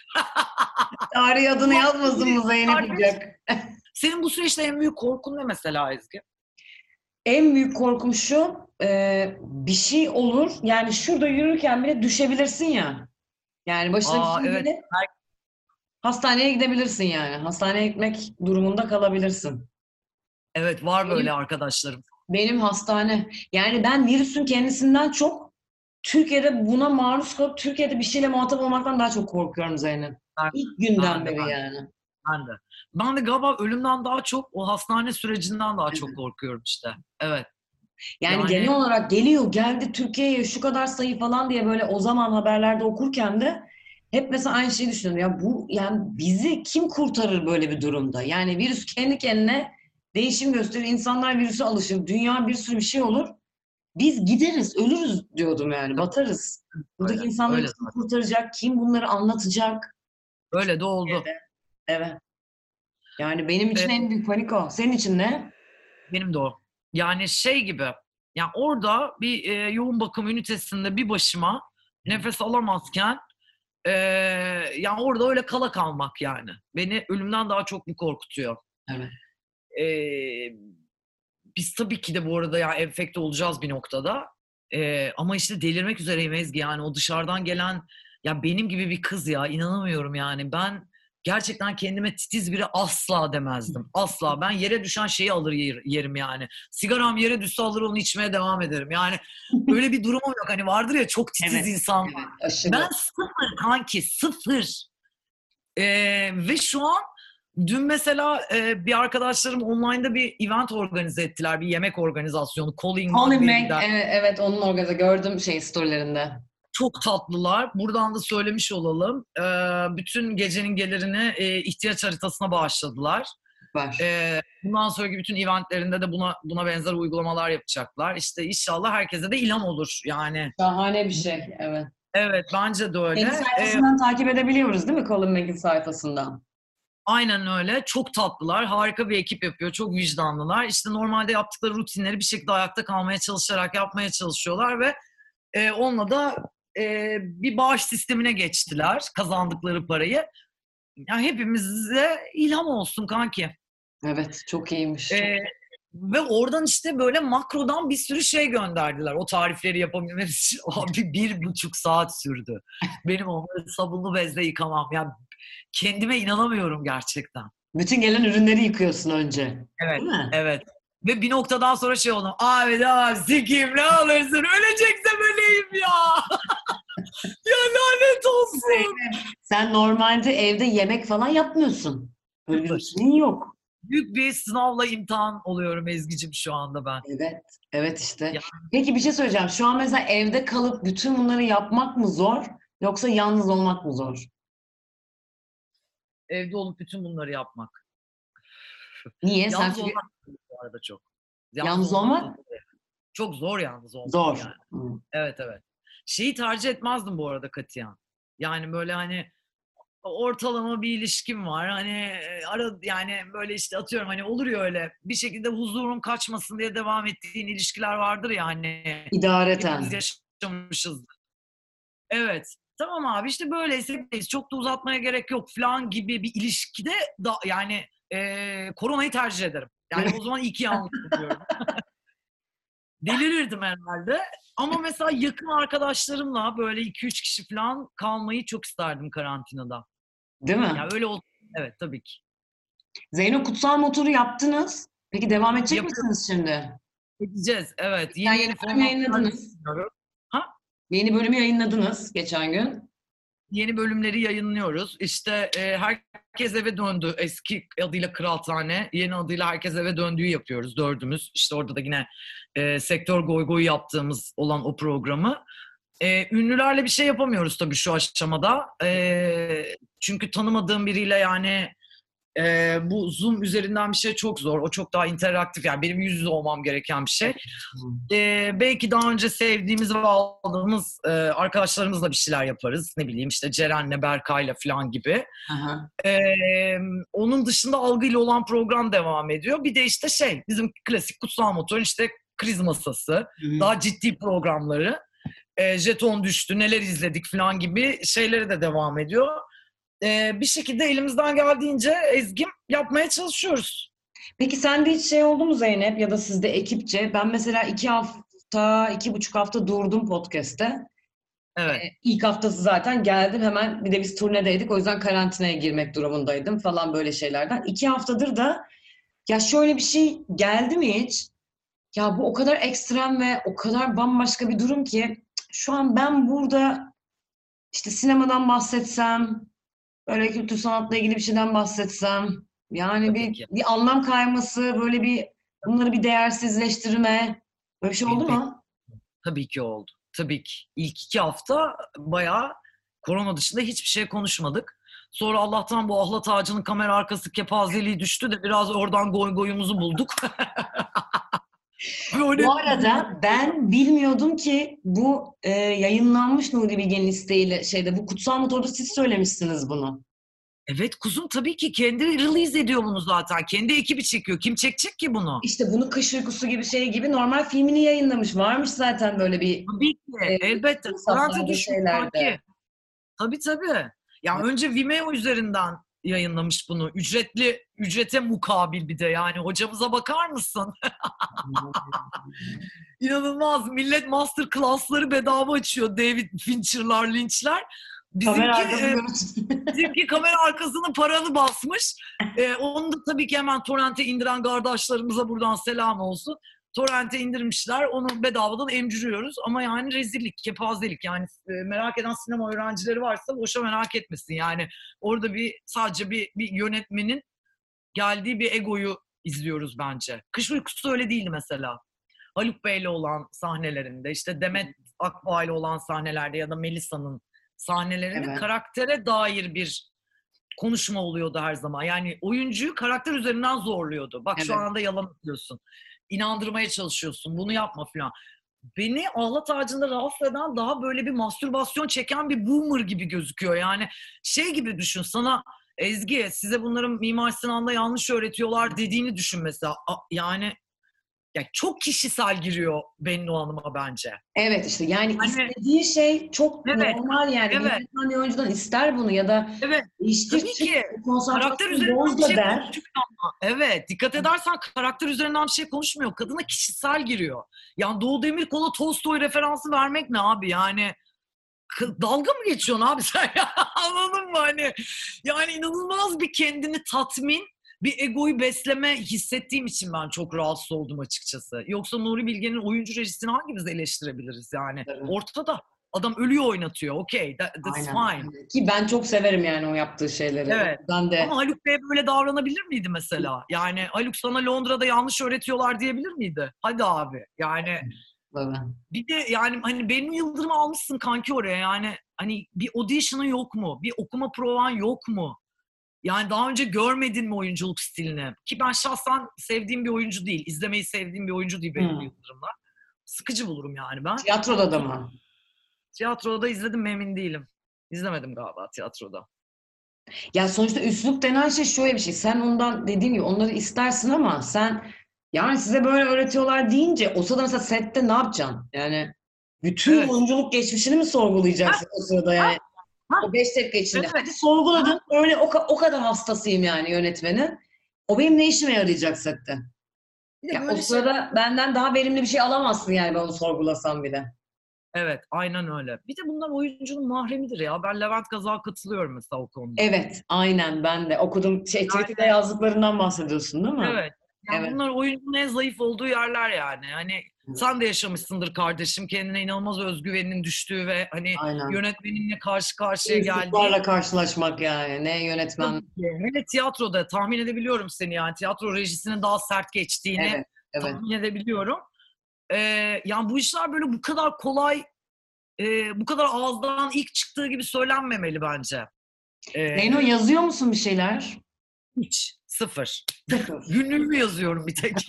Tarihi adını Ulan yazmasın mı Zeynep kardeş, Ocak? senin bu süreçte en büyük korkun ne mesela Ezgi? En büyük korkum şu, e, bir şey olur. Yani şurada yürürken bile düşebilirsin ya. Yani başına bir Aa şey evet. gelir, hastaneye gidebilirsin yani. Hastaneye gitmek durumunda kalabilirsin. Evet var böyle Benim, arkadaşlarım. benim hastane. Yani ben virüsün kendisinden çok Türkiye'de buna maruz kalıp Türkiye'de bir şeyle muhatap olmaktan daha çok korkuyorum Zeynep. Ben, İlk günden ben de beri ben de yani. ben de. Ben de galiba ölümden daha çok o hastane sürecinden daha çok Evet. korkuyorum işte. Evet. Yani genel Yani olarak geliyor, geldi Türkiye'ye şu kadar sayı falan diye böyle o zaman haberlerde okurken de hep mesela aynı şeyi düşünüyorum. Ya bu yani bizi kim kurtarır böyle bir durumda? Yani virüs kendi kendine değişim gösterir. İnsanlar virüse alışır. Dünya bir sürü bir şey olur. Biz gideriz, ölürüz diyordum yani. Batarız. Buradaki öyle. insanları Öyle kim zaten. kurtaracak? Kim bunları anlatacak? Öyle de oldu. Türkiye'de. Evet. Yani benim için Ee, en büyük panik o. Senin için ne? benim de o. Yani şey gibi. Yani orada bir e, yoğun bakım ünitesinde bir başıma nefes alamazken e, yani orada öyle kala kalmak yani. Beni ölümden daha çok bu korkutuyor. Evet. E, Biz tabii ki de bu arada ya enfekte olacağız bir noktada. Ee, ama işte delirmek üzereyim Ezgi. Yani o dışarıdan gelen ya benim gibi bir kız ya inanamıyorum yani. Ben gerçekten kendime titiz biri asla demezdim. Asla. Ben yere düşen şeyi alır yer- yerim yani. Sigaram yere düşse alır onu içmeye devam ederim. Yani öyle bir durumum yok. Hani vardır ya çok titiz Evet. insan. Evet. Ben Aşırı. sıfır kanki sıfır. Ee, ve şu an dün mesela e, bir arkadaşlarım online'da bir event organize ettiler. Bir yemek organizasyonu. Calling One Colin diye Mac, gider. evet, evet onun organize gördüm şey storylerinde. Çok tatlılar. Buradan da söylemiş olalım. Ee, bütün gecenin gelirini e, ihtiyaç haritasına bağışladılar. Var. Ee, bundan sonraki bütün eventlerinde de buna buna benzer uygulamalar yapacaklar. İşte inşallah herkese de ilham olur. Yani Şahane bir şey. Evet. evet bence de Kendi öyle. Ee, sayfasından takip edebiliyoruz değil mi Colin Mac'in sayfasından? Aynen öyle. Çok tatlılar. Harika bir ekip yapıyor. Çok vicdanlılar. İşte normalde yaptıkları rutinleri bir şekilde ayakta kalmaya çalışarak yapmaya çalışıyorlar ve e, onunla da e, bir bağış sistemine geçtiler. Kazandıkları parayı. Ya hepimize ilham olsun kanki. Evet, çok iyiymiş. Çok. E, Ve oradan işte böyle makrodan bir sürü şey gönderdiler. O tarifleri yapabilmemiz için. Abi bir buçuk saat sürdü. Benim onları sabunlu bezle yıkamam. Yani kendime inanamıyorum gerçekten. Bütün gelen ürünleri yıkıyorsun önce. Evet, Değil mi? evet. Ve bir noktadan sonra şey oldu. Abi tamam sikeyim ne olursun. Öleceksem öleyim ya. Ya lanet olsun. Zeynep, sen normalde evde yemek falan yapmıyorsun. Böyle bir Sıfır. rutinin yok. Büyük bir sınavla imtihan oluyorum Ezgi'cim şu anda ben. Evet. Evet işte. Ya, Peki bir şey söyleyeceğim. Şu an mesela evde kalıp bütün bunları yapmak mı zor? Yoksa yalnız olmak mı zor? Evde olup bütün bunları yapmak. Niye? Sen Yalnız çünkü olmak bu arada çok. Yalnız yalnız olmak da olmak zor. Çok zor yalnız olmak zor. yani. Hı. Evet evet. Şeyi tercih etmezdim bu arada katiyen. Yani böyle hani ortalama bir ilişkim var. Hani e, ara yani böyle işte atıyorum hani olur ya öyle bir şekilde huzurun kaçmasın diye devam ettiğin ilişkiler vardır ya hani hepimiz İdareten. yaşamışız. Evet. Tamam abi işte böyleyse biz çok da uzatmaya gerek yok falan gibi bir ilişkide da yani e, koronayı tercih ederim. Yani o zaman iyi ki yalnızım diyorum. Delirirdim herhalde. Ama mesela yakın arkadaşlarımla böyle iki üç kişi falan kalmayı çok isterdim karantinada. Değil mi? Ya öyle oldu. Evet tabii ki. Zeyno, kutsal motoru yaptınız. Peki devam edecek Yapıyor misiniz şimdi? edeceğiz. Evet. Sen Yeni yeni yeni bölüm formatlar yayınladınız. düşünüyorum. Ha? Yeni bölümü yayınladınız geçen gün. Yeni bölümleri yayınlıyoruz. İşte e, herkes eve döndü. Eski adıyla Kıraathane, yeni adıyla Herkes Eve Döndüğü yapıyoruz dördümüz. İşte orada da yine e, sektör goy goyu yaptığımız olan o programı. E, ünlülerle bir şey yapamıyoruz tabii şu aşamada. E, çünkü tanımadığım biriyle yani e, bu Zoom üzerinden bir şey çok zor. O çok daha interaktif. Yani benim yüz yüze olmam gereken bir şey. Ee, belki daha önce sevdiğimiz ve aldığımız e, arkadaşlarımızla bir şeyler yaparız. Ne bileyim işte Ceren'le, Berkay'la falan gibi. Aha. Ee, onun dışında algıyla olan program devam ediyor. Bir de işte şey bizim klasik kutsal motor işte kriz masası. Hı hı. Daha ciddi programları. E, jeton düştü, neler izledik falan gibi şeyleri de devam ediyor. Ee, bir şekilde elimizden geldiğince Ezgim yapmaya çalışıyoruz. Peki sende hiç şey oldu mu Zeynep, ya da sizde ekipçe? Ben mesela iki hafta, iki buçuk hafta durdum podcast'te. Evet. İlk haftası zaten geldim hemen, bir de biz turnedeydik, o yüzden karantinaya girmek durumundaydım falan, böyle şeylerden. İki haftadır da ya şöyle bir şey geldi mi hiç? Ya bu o kadar ekstrem ve o kadar bambaşka bir durum ki şu an ben burada işte sinemadan bahsetsem, böyle kültür sanatla ilgili bir şeyden bahsetsem, yani Tabii bir, ki. bir anlam kayması, böyle bir bunları bir değersizleştirme, böyle bir şey oldu Elbette. mu? Tabii ki oldu. Tabii ki. İlk iki hafta bayağı korona dışında hiçbir şey konuşmadık. Sonra Allah'tan bu ahlat ağacının kamera arkası kepazeliği düştü de biraz oradan goy goyumuzu bulduk. Böyle Bu arada ben bilmiyordum ki bu e, yayınlanmış Nuri Bilge'nin isteğiyle şeyde, bu Kutsal Motor'da siz söylemişsiniz bunu. evet kuzum tabii ki kendi release ediyor bunu zaten. Kendi ekibi çekiyor. Kim çekecek ki bunu? İşte bunu Kış Uykusu gibi şey gibi normal filmini yayınlamış. Varmış zaten böyle bir Tabii ki. e, Elbette. Torrente saflarda, düşmüş şeylerde. kanki. Tabii tabii. Ya önce Vimeo üzerinden yayınlamış bunu. Ücretli, ücrete mukabil bir de yani. Hocamıza bakar mısın? İnanılmaz. Millet master class'ları bedava açıyor. David Fincher'lar, Lynch'ler. Kamera Bizimki arkası e, görüntüsü. bizimki kamera arkasını paralı basmış. E, onu da tabii ki hemen torrente indiren kardeşlerimize buradan selam olsun. Torrente indirmişler. Onu bedavadan emcürüyoruz. Ama yani rezillik, kepazelik. Yani e, merak eden sinema öğrencileri varsa boşa merak etmesin. Yani orada bir sadece bir, bir yönetmenin geldiği bir egoyu izliyoruz bence. Kış Uykusu öyle değildi mesela. Haluk Bey'le olan sahnelerinde, işte Demet Akbağ'la olan sahnelerde ya da Melisa'nın sahnelerinde Evet, karaktere dair bir konuşma oluyordu her zaman. Yani oyuncuyu karakter üzerinden zorluyordu. Bak şu evet. anda yalan atıyorsun. İnandırmaya çalışıyorsun. Bunu yapma falan. Beni Ahlat Ağacı'nda rahatsız eden daha böyle bir mastürbasyon çeken bir boomer gibi gözüküyor. Yani şey gibi düşün sana Ezgi size bunların Mimar Sinan'da yanlış öğretiyorlar dediğini düşün mesela. Yani ya çok kişisel giriyor Bennu Hanım'a bence. Evet, işte yani Hani istediği şey çok evet, normal, yani bir evet, yönetmen bir oyuncudan ister bunu, ya da evet. değiştir, Tabii çık, ki karakter konsantrasyonu üzerinden boz bir da şey der. konuşmuyor ama. Evet, dikkat edersen karakter üzerinden bir şey konuşmuyor. Kadına kişisel giriyor. Yani Doğu Demirkol'a Tolstoy referansı vermek ne abi? Yani k- dalga mı geçiyorsun abi sen ya? Anladın mı hani? Yani inanılmaz bir kendini tatmin, bir egoyu besleme hissettiğim için ben çok rahatsız oldum açıkçası. Yoksa Nuri Bilge'nin oyuncu rejisini hangimiz eleştirebiliriz yani? Tabii. Ortada. Adam ölüyor oynatıyor. Okay, that, that's Aynen. fine. Ki ben çok severim yani o yaptığı şeyleri. O Evet. yüzden Ama de Haluk Bey böyle davranabilir miydi mesela? Yani Haluk sana Londra'da yanlış öğretiyorlar diyebilir miydi? Hadi abi. Yani baba. bir de yani hani benim Yıldırım'ı almışsın kanki oraya yani Hani bir audition'ın yok mu? Bir okuma provan yok mu? Yani daha önce görmedin mi oyunculuk stilini? Ki ben şahsen sevdiğim bir oyuncu değil. İzlemeyi sevdiğim bir oyuncu değil Bennu Hmm. Yıldırımlar. Sıkıcı bulurum yani ben. Tiyatroda da mı? Tiyatroda izledim mi emin değilim. İzlemedim galiba tiyatroda. Ya sonuçta üslup denen şey şöyle bir şey. Sen ondan dediğim gibi onları istersin ama sen yani size böyle öğretiyorlar deyince o sırada mesela sette ne yapacaksın? Yani bütün Evet. oyunculuk geçmişini mi sorgulayacaksın o sırada yani? Ha, O beş dakika içinde. evet. Hadi sorguladım. Öyle o, ka- o kadar hastasıyım yani yönetmeni. O benim ne işime yarayacak sette? Bir de Ya o böyle şey. sırada benden daha verimli bir şey alamazsın yani ben onu sorgulasam bile. Evet, aynen öyle. Bir de bunlar oyuncunun mahremidir ya. Ben Levent Kazak'a katılıyorum mesela o konuda. Evet, aynen ben de okudum. Şey, Twitter'da Yani yazdıklarından bahsediyorsun değil mi? evet. Yani Evet. bunlar oyuncunun en zayıf olduğu yerler yani. Hani sen de yaşamışsındır kardeşim. Kendine inanılmaz özgüveninin düştüğü ve hani Aynen. yönetmeninle karşı karşıya geldiğin. Üsluplarla karşılaşmak yani. Ne yönetmen. Tabii ki. Hele tiyatroda tahmin edebiliyorum seni yani. Tiyatro rejisinin daha sert geçtiğini Evet, evet. tahmin edebiliyorum. Ee, yani bu işler böyle bu kadar kolay, e, bu kadar ağızdan ilk çıktığı gibi söylenmemeli bence. Ee, Zeyno yazıyor musun bir şeyler? hiç, sıfır. Sıfır. Günlüğümü yazıyorum bir tek.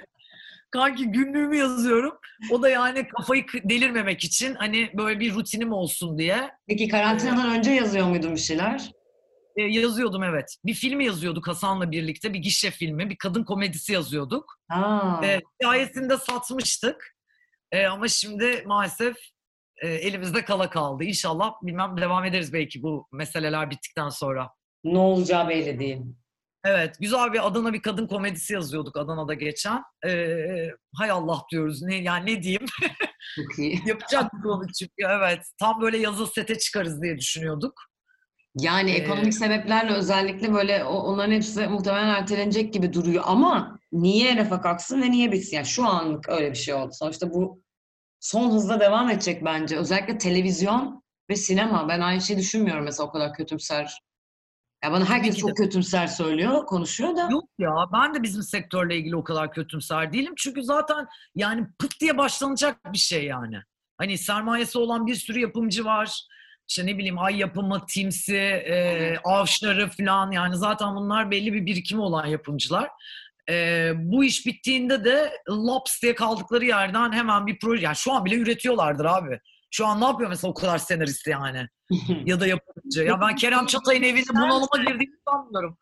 Kanki günlüğümü yazıyorum. O da yani kafayı kı- delirmemek için hani böyle bir rutinim olsun diye Peki e, karantinadan önce yazıyor muydun bir şeyler? e, yazıyordum evet. Bir filmi yazıyorduk Hasan'la birlikte. Bir gişe filmi, bir kadın komedisi yazıyorduk. Ha. E, hikayesini de satmıştık. E, ama şimdi maalesef e, elimizde kala kaldı. İnşallah bilmem devam ederiz belki bu meseleler bittikten sonra. Ne olacağı belli değil. Evet, güzel bir Adana bir kadın komedisi yazıyorduk Adana'da geçen. Ee, hay Allah diyoruz. Ne yani ne diyeyim? Çok iyi. Yapacak bir konu çünkü evet. Tam böyle yazı sete çıkarız diye düşünüyorduk. Yani Ee, ekonomik sebeplerle özellikle böyle o- onların hepsi muhtemelen ertelenecek gibi duruyor ama niye rafa kalksın ve niye bitsin? Yani şu anlık öyle bir şey oldu. Sonuçta bu son hızla devam edecek bence. Özellikle televizyon ve sinema. Ben aynı şeyi düşünmüyorum mesela o kadar kötümser. Ya bana tabii herkes ki de. çok kötümser söylüyor, konuşuyor da. Yok ya ben de bizim sektörle ilgili o kadar kötümser değilim. Çünkü zaten yani pıt diye başlanacak bir şey yani. Hani sermayesi olan bir sürü yapımcı var. İşte ne bileyim Ay Yapımı, Tims'i, e, Evet. Avşar'ı falan yani zaten bunlar belli bir birikimi olan yapımcılar. E, bu iş bittiğinde de laps diye kaldıkları yerden hemen bir proje. Yani şu an bile üretiyorlardır abi. Şu an ne yapıyor mesela o kadar senarist yani ya da yapımcı. Ya ben Peki Kerem şeyi Çatay'ın evinde ister bunalıma misin? girdiğini sanmıyorum.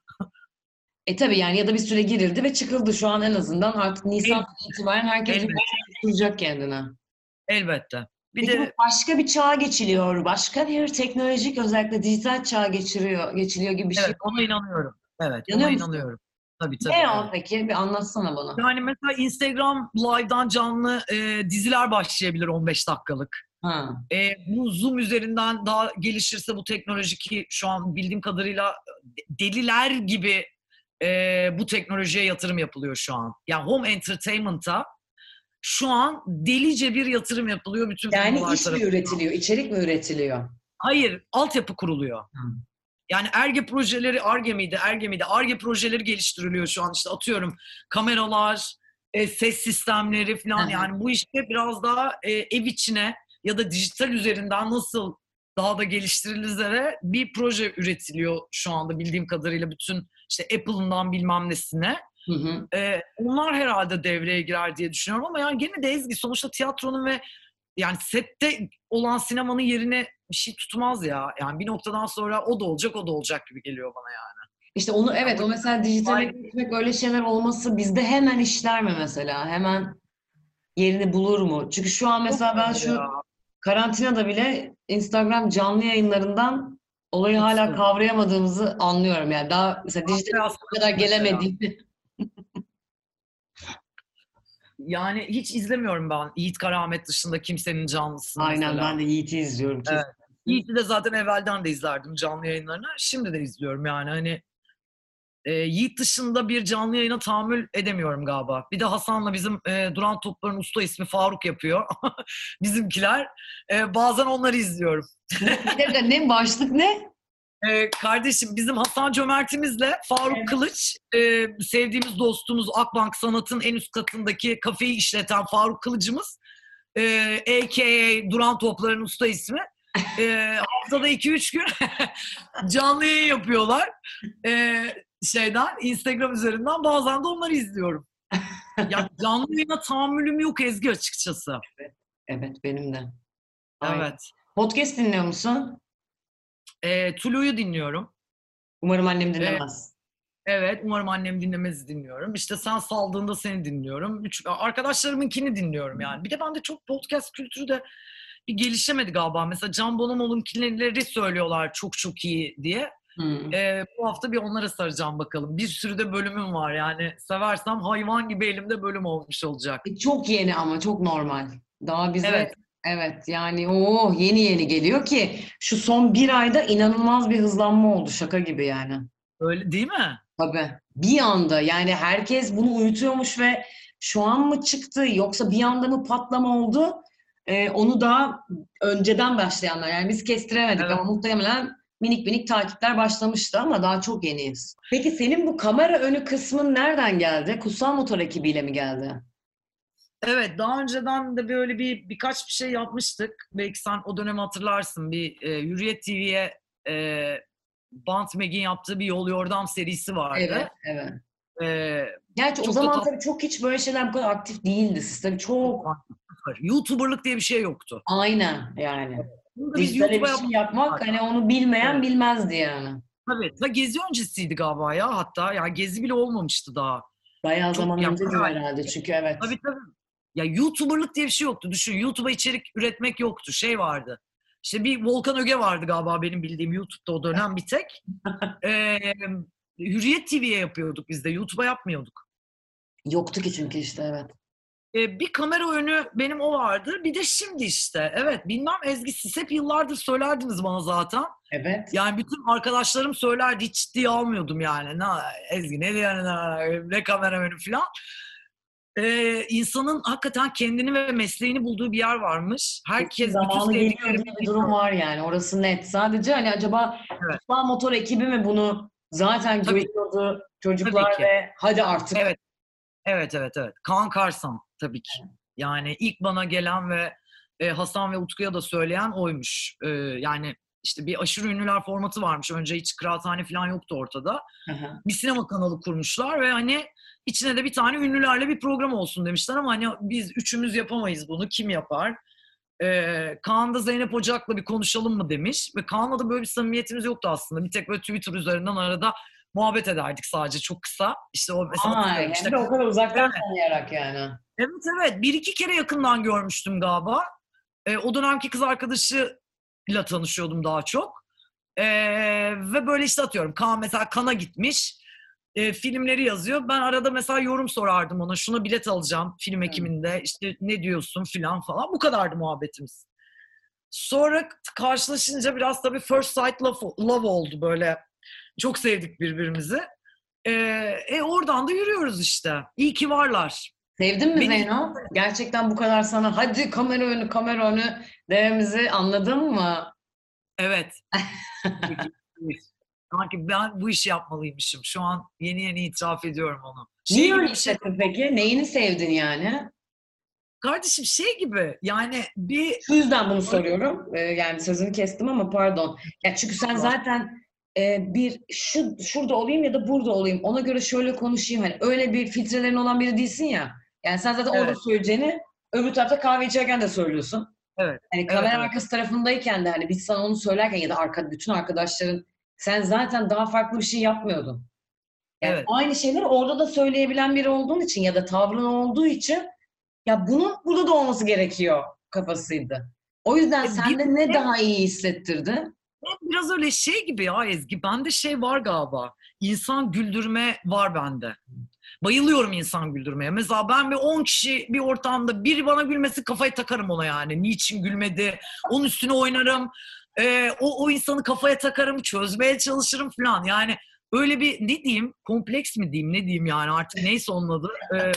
E tabii yani ya da bir süre girildi ve çıkıldı. Şu an en azından artık El, Nisan'dan itibaren herkes bir elbette. kuracak kendine. Elbette. Bir Peki bu de başka bir çağa geçiliyor. Başka bir teknolojik özellikle dijital çağa geçiriyor, geçiliyor gibi bir şey. evet ona inanıyorum. Evet Yanıyor ona musun? inanıyorum. Tabii tabii Ne o evet. peki? Bir anlatsana bana. Yani mesela Instagram Live'dan canlı e, diziler başlayabilir on beş dakikalık. Ha. E, bu Zoom üzerinden daha gelişirse bu teknoloji ki şu an bildiğim kadarıyla deliler gibi e, bu teknolojiye yatırım yapılıyor şu an. Yani home entertainment'a şu an delice bir yatırım yapılıyor bütün Yani firmalar iş mi tarafından. üretiliyor, içerik mi üretiliyor? Hayır, altyapı kuruluyor. Hı. Yani Ar-Ge projeleri, Ar-Ge miydi, Ar-Ge miydi? Ar-Ge projeleri geliştiriliyor şu an işte atıyorum kameralar, e, ses sistemleri Hı falan hı. yani bu işte biraz daha e, ev içine ya da dijital üzerinden nasıl daha da geliştirilirlere bir proje üretiliyor şu anda bildiğim kadarıyla bütün işte Apple'ından bilmem nesine. Hı hı. E, onlar herhalde devreye girer diye düşünüyorum ama yani gene de Ezgi sonuçta tiyatronun ve yani sette olan sinemanın yerine bir şey tutmaz ya. Yani bir noktadan sonra o da olacak, o da olacak gibi geliyor bana yani. İşte onu Yani evet o o mesela dijitale yüzden geçmek öyle şeyler olması bizde hemen işler mi mesela? Hemen yerini bulur mu? Çünkü şu an çok mesela ben zor ya. şu karantinada bile Instagram canlı yayınlarından olayı Çok hala sıkıldım. kavrayamadığımızı anlıyorum. Yani daha mesela dijital Bayağı bu kadar sıkıldım mesela. gelemediğini. Yani hiç izlemiyorum ben Yiğit Karamet dışında kimsenin canlısını Aynen ben mesela. de Yiğit'i izliyorum Evet. kesin. Yiğit'i de zaten evvelden de izlerdim canlı yayınlarını. Şimdi de izliyorum yani hani e, Yiğit dışında bir canlı yayına tahammül edemiyorum galiba. Bir de Hasan'la bizim e, Duran Toplar'ın usta ismi Faruk yapıyor. Bizimkiler. E, bazen onları izliyorum. Ne, bir dakika ne başlık ne? Ee, kardeşim bizim Hasan Cömert'imizle Faruk Evet. Kılıç, e, sevdiğimiz dostumuz Akbank Sanat'ın en üst katındaki kafeyi işleten Faruk Kılıcımız, e, A K A Duran Toplar'ın usta ismi. Ee, haftada iki üç gün canlı yayın yapıyorlar. Ee, şeyden, Instagram üzerinden bazen de onları izliyorum. Ya canlı yayına tahammülüm yok Ezgi açıkçası. Evet, benim de. Aynen. Evet. Podcast dinliyor musun? Ee, Tulu'yu dinliyorum. Umarım annem Ee, dinlemez. evet, umarım annem dinlemez dinliyorum. İşte sen saldığında seni dinliyorum. Üç, arkadaşlarımınkini dinliyorum yani. Bir de bende çok podcast kültürü de bir gelişemedi galiba. Mesela Can Bonomo'nunkileri söylüyorlar çok çok iyi diye. Hmm. Ee, bu hafta bir onlara saracağım bakalım. Bir sürü de bölümüm var yani. Seversem hayvan gibi elimde bölüm olmuş olacak. E, Çok yeni ama çok normal. Daha bize Evet, evet yani o yeni yeni geliyor ki şu son bir ayda inanılmaz bir hızlanma oldu şaka gibi yani. öyle değil mi? Tabii. Bir anda yani herkes bunu uyutuyormuş ve şu an mı çıktı yoksa bir anda mı patlama oldu? Ee, onu daha önceden başlayanlar yani biz kestiremedik Evet. ama muhtemelen minik minik takipler başlamıştı ama daha çok yeniyiz. Peki senin bu kamera önü kısmın nereden geldi? Kutsal Motor ekibiyle mi geldi? Evet, daha önceden de böyle bir birkaç bir şey yapmıştık. Belki sen o dönemi hatırlarsın. Bir e, Hürriyet T V'ye e, Bant Meg'in yaptığı bir Yol Yordam serisi Evet, vardı. evet. E, Gerçi o çok da zaman tatlı. tabii çok hiç böyle şeyler bu kadar aktif değildi. Siz tabii çok YouTuber'lık diye bir şey yoktu. aynen yani. Bunu da biz Dijital YouTube'a iletişim yaptık yapmak zaten. hani onu bilmeyen Evet. bilmezdi yani. Tabii. Ta Gezi öncesiydi galiba ya hatta. Ya Gezi bile olmamıştı daha. Bayağı Çok zaman ya öncedir bayağı. herhalde çünkü evet. Tabii tabii. Ya YouTuber'lık diye bir şey yoktu. Düşün YouTube'a içerik üretmek yoktu. Şey vardı. İşte bir Volkan Öge vardı galiba benim bildiğim YouTube'da o dönem bir tek. Ee, Hürriyet T V'ye yapıyorduk biz de. YouTube'a yapmıyorduk. Yoktu ki çünkü işte evet. Ee, bir kamera önü benim o vardı. Bir de şimdi işte. Evet bilmem Ezgi siz hep yıllardır söylerdiniz bana zaten. Evet. Yani bütün arkadaşlarım söylerdi. Hiç ciddiye almıyordum yani. Ne, Ezgi ne diyorsun? Ne, ne kamera önü falan. Ee, insanın hakikaten kendini ve mesleğini bulduğu bir yer varmış. Kesin Herkes bütün zamanı geliyor sevdiklerimi diye bir durum dinliyor. var yani. Orası net. Sadece hani acaba Evet, Kutsal Motor ekibi mi bunu zaten tabii, görüyordu tabii çocuklar ki. ve hadi artık. Evet, evet, evet, evet. Kaan Karsan tabii ki. Yani ilk bana gelen ve e, Hasan ve Utku'ya da söyleyen oymuş. E, yani işte bir aşırı ünlüler formatı varmış. Önce hiç kıraathane falan yoktu ortada. Aha. Bir sinema kanalı kurmuşlar ve hani içine de bir tane ünlülerle bir program olsun demişler ama hani biz üçümüz yapamayız bunu. Kim yapar? Ee, Kaan da Zeynep Ocak'la bir konuşalım mı demiş. Ve Kaan'la da böyle bir samimiyetimiz yoktu aslında. Bir tek böyle Twitter üzerinden arada muhabbet ederdik sadece çok kısa. İşte o mesela Ay, hatırlıyorum hem işte. de o kadar uzaktan Evet, tanıyarak yani. evet, evet. Bir iki kere yakından görmüştüm galiba. Ee, o dönemki kız arkadaşıyla tanışıyordum daha çok. Ee, ve böyle işte atıyorum. Kaan mesela Kan'a gitmiş. E, filmleri yazıyor. Ben arada mesela yorum sorardım ona. Şuna bilet alacağım film Hı. ekiminde. İşte ne diyorsun filan falan. Bu kadardı muhabbetimiz. Sonra karşılaşınca biraz tabii first sight love, love oldu böyle. Çok sevdik birbirimizi. E, e, oradan da yürüyoruz işte. İyi ki varlar. Sevdin mi Beni Zeyno? Gerçekten bu kadar sana hadi kamera önü kamera önü dememizi anladın mı? evet. Peki. Sanki ben bu işi yapmalıymışım. Şu an yeni yeni itiraf ediyorum onu. Şey Niye öyle gibi bir şey. hissettin peki? Neyini sevdin yani? Kardeşim şey gibi yani bir Şu yüzden bunu soruyorum. Ee, yani sözünü kestim ama pardon. Ya çünkü sen zaten e, bir şu şurada olayım ya da burada olayım. Ona göre şöyle konuşayım. Hani öyle bir filtrelerin olan biri değilsin ya. Yani sen zaten orada evet, söyleyeceğini öbür tarafta kahve içerken de söylüyorsun. evet, Hani evet, kamera evet, arkası tarafındayken de hani biz sana onu söylerken ya da arka, bütün arkadaşların sen zaten daha farklı bir şey yapmıyordun. Yani evet. aynı şeyleri orada da söyleyebilen biri olduğun için ya da tavrın olduğu için ya bunun burada da olması gerekiyor kafasıydı. O yüzden E, bir, sende ne daha iyi hissettirdi? biraz öyle şey gibi ya Ezgi. Bende şey var galiba. İnsan güldürme var bende. Bayılıyorum insan güldürmeye. Mesela ben bir on kişi bir ortamda biri bana gülmesi kafayı takarım ona yani. Niçin gülmedi? Onun üstüne oynarım. Ee, o, o insanı kafaya takarım, çözmeye çalışırım falan. Yani öyle bir ne diyeyim? Kompleks mi diyeyim? Ne diyeyim yani artık neyse onun adı. Ee,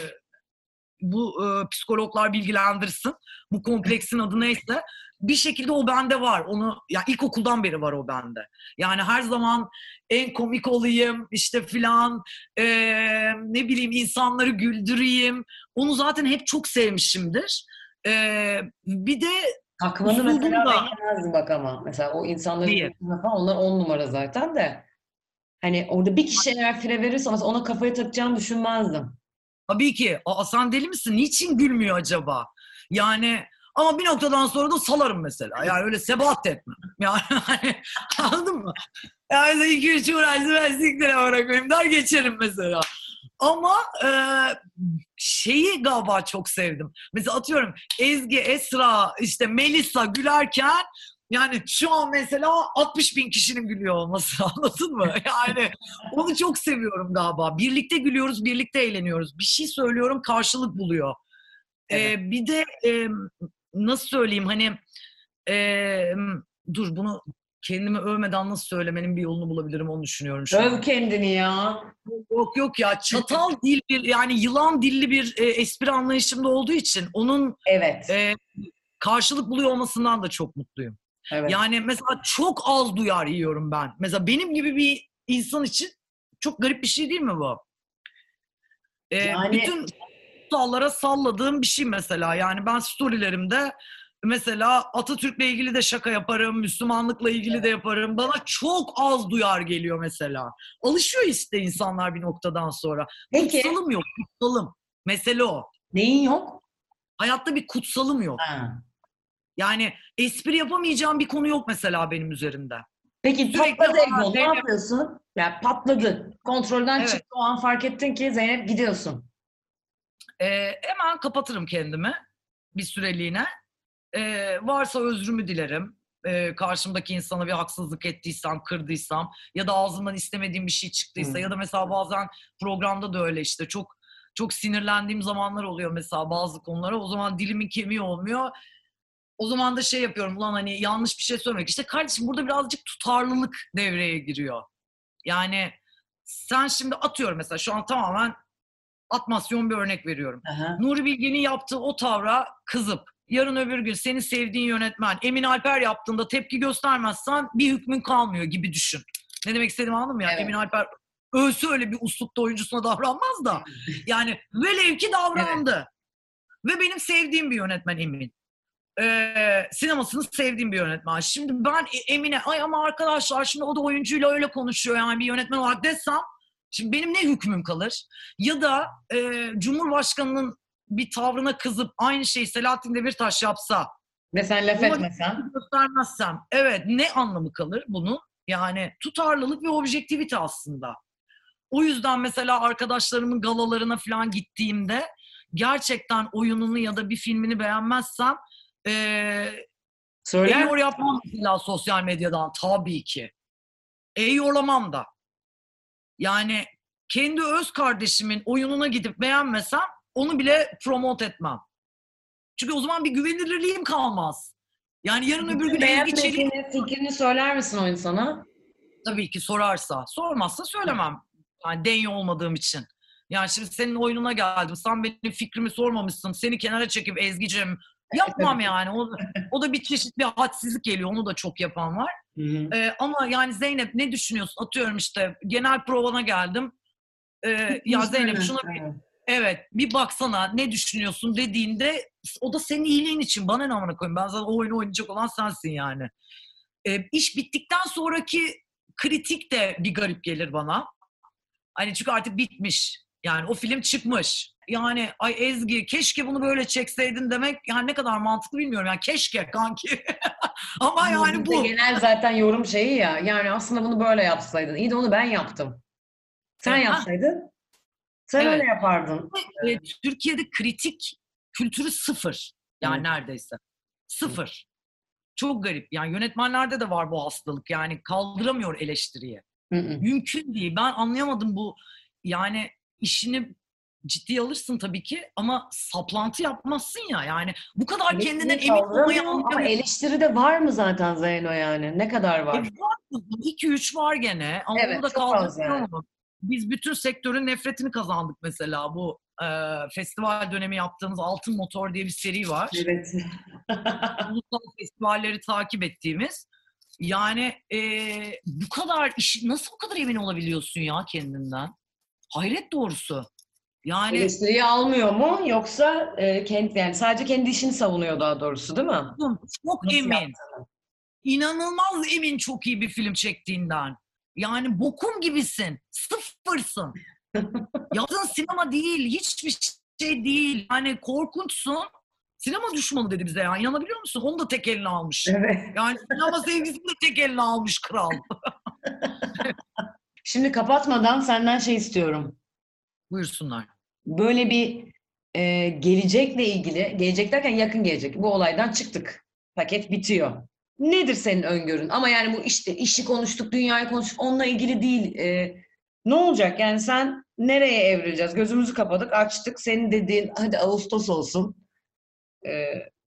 bu e, psikologlar bilgilendirsin. Bu kompleksin adı neyse. Bir şekilde o bende var. Onu ya ilkokuldan beri var o bende. Yani her zaman en komik olayım işte filan e, ne bileyim insanları güldüreyim. Onu zaten hep çok sevmişimdir. E, bir de Takmanı Üslubum mesela da beklemezdim bak ama. Mesela o insanların değil. üstüne falan onlar on numara zaten de. Hani orada bir kişi eğer fire verirse mesela ona kafaya takacağını düşünmezdim. Tabii ki. Aa, sen deli misin? Niçin gülmüyor acaba? Yani ama bir noktadan sonra da salarım mesela. Yani öyle sebat etmem. Yani hani, anladın mı? Yani iki üç uğraştı ben siktire bırakayım der geçerim mesela. Ama e, şeyi galiba çok sevdim. Mesela atıyorum Ezgi, Esra, işte Melisa gülerken yani şu an mesela altmış bin kişinin gülüyor olması anladın mı? Yani onu çok seviyorum galiba. Birlikte gülüyoruz, birlikte eğleniyoruz. Bir şey söylüyorum karşılık buluyor. Evet. E, bir de e, nasıl söyleyeyim hani e, dur bunu kendimi övmeden nasıl söylemenin bir yolunu bulabilirim onu düşünüyorum şu Öv an. kendini ya. Yok yok ya çatal dil bir yani yılan dilli bir e, espri anlayışımda olduğu için onun Evet. e, karşılık buluyor olmasından da çok mutluyum. Evet. Yani mesela çok az duyar yiyorum ben. Mesela benim gibi bir insan için çok garip bir şey değil mi bu? E, Yani bütün sallara salladığım bir şey mesela. Yani ben storylerimde mesela Atatürk'le ilgili de şaka yaparım, Müslümanlıkla ilgili de yaparım. Bana çok az duyar geliyor mesela. Alışıyor işte insanlar bir noktadan sonra. peki Kutsalım yok, kutsalım. Mesele o. neyin yok? Hayatta bir kutsalım yok. Ha. Yani espri yapamayacağım bir konu yok mesela benim üzerimde. Peki Sürekli patladı "Aa, ego ne Zeynep." yapıyorsun? Ya patladı. Kontrolden Evet. çıktı o an fark ettin ki Zeynep gidiyorsun. Ee, hemen kapatırım kendimi bir süreliğine. Ee, varsa özrümü dilerim. Ee, karşımdaki insana bir haksızlık ettiysem, kırdıysam ya da ağzımdan istemediğim bir şey çıktıysa Hı. ya da mesela bazen programda da öyle işte çok çok sinirlendiğim zamanlar oluyor mesela bazı konulara. O zaman dilimin kemiği olmuyor. O zaman da şey yapıyorum ulan hani yanlış bir şey söylemek. İşte kardeşim burada birazcık tutarlılık devreye giriyor. Yani sen şimdi atıyorum mesela şu an tamamen atmasyon bir örnek veriyorum. Aha. Nuri Bilge'nin yaptığı o tavra kızıp yarın öbür gün senin sevdiğin yönetmen Emin Alper yaptığında tepki göstermezsen bir hükmün kalmıyor gibi düşün. Ne demek istediğimi anladın mı? Yani Emin Evet. Alper ölse öyle bir uslupta oyuncusuna davranmaz da yani velev ki Evet. davrandı. Ve benim sevdiğim bir yönetmen Emin. Ee, sinemasını sevdiğim bir yönetmen. Şimdi ben E- Emine ay ama arkadaşlar şimdi o da oyuncuyla öyle konuşuyor yani bir yönetmen olarak desem şimdi benim ne hükmüm kalır? Ya da e, Cumhurbaşkanı'nın bir tavrına kızıp aynı şeyi Selahattin Demirtaş yapsa Ve sen laf ona bir etmesen. tepki göstermezsem evet ne anlamı kalır bunun? Yani tutarlılık ve objektivite aslında. O yüzden mesela arkadaşlarımın galalarına falan gittiğimde gerçekten oyununu ya da bir filmini beğenmezsem eee Söyler Eyor misin? yapmam mesela sosyal medyadan tabii ki. Eyorlamam da. Yani kendi öz kardeşimin oyununa gidip beğenmesem onu bile promote etmem. Çünkü o zaman bir güvenilirliğim kalmaz. Yani yarın öbür gün Ezgi Çelik Beğenmediğini, fikrini söyler misin o insana? tabii ki sorarsa. Sormazsa söylemem. Yani denyo olmadığım için. Yani şimdi senin oyununa geldim. Sen benim fikrimi sormamışsın. Seni kenara çekip Ezgi'cim E, tabii yapmam ki. yani. O, o da bir çeşit bir hadsizlik geliyor. Onu da çok yapan var. Hı hı. Ee, ama yani Zeynep ne düşünüyorsun? Atıyorum işte genel provana geldim. Ee, Bunu ya Zeynep söyle. şuna bir Evet. evet bir baksana ne düşünüyorsun dediğinde o da senin iyiliğin için. Bana ne amına koyayım? Ben zaten o oyunu oynayacak olan sensin yani. Ee, iş bittikten sonraki kritik de bir garip gelir bana. Hani çünkü artık bitmiş. Yani o film çıkmış. Yani ay Ezgi keşke bunu böyle çekseydin demek yani ne kadar mantıklı bilmiyorum. Yani keşke kanki. Ama Ama yani bizde bu. genel zaten yorum şeyi ya. Yani aslında bunu böyle yapsaydın. İyi de onu ben yaptım. Sen E, ha yapsaydın, sen öyle evet. yapardın. E, Türkiye'de kritik kültürü sıfır. Hı. Yani neredeyse. Hı. Sıfır. Çok garip. Yani yönetmenlerde de var bu hastalık. Yani kaldıramıyor eleştiriyi. Hı hı. Mümkün değil. Ben anlayamadım bu. Yani işini ciddiye alırsın tabii ki ama saplantı yapmazsın ya. Yani bu kadar kendinden Eleştiriyi emin olmayı kaldıramıyor ama anlayamıyorum. eleştiri de var mı zaten Zeyno yani? Ne kadar E var? var iki üç var gene ama onu Evet, da çok az yani. kaldıramıyorum. Biz bütün sektörün nefretini kazandık mesela bu e, festival dönemi yaptığımız Altın Motor diye bir seri var. Evet. Ulusal festivalleri takip ettiğimiz. Yani e, bu kadar iş nasıl bu kadar emin olabiliyorsun ya kendinden? Hayret doğrusu. Yani Eleştiriyi almıyor mu yoksa e, kendi yani sadece kendi işini savunuyor daha doğrusu değil mi? çok Nasıl emin. yaptığını. İnanılmaz emin çok iyi bir film çektiğinden. Yani bokum gibisin. Sıfırsın. Yaptığın sinema değil. Hiçbir şey değil. Yani korkunçsun. Sinema düşmanı dedi bize ya. İnanabiliyor musun? Onu da tek eline almış. Evet. Yani sinema sevgisini de tek eline almış kral. Şimdi kapatmadan senden şey istiyorum. Buyursunlar. Böyle bir e, gelecekle ilgili, gelecek derken yakın gelecek. Bu olaydan çıktık. Paket bitiyor. Nedir senin öngörün? Ama yani bu işte işi konuştuk, dünyayı konuştuk, onunla ilgili değil. E, ne olacak? Yani sen nereye evrileceğiz? Gözümüzü kapadık, açtık. Senin dediğin hadi Ağustos olsun. E,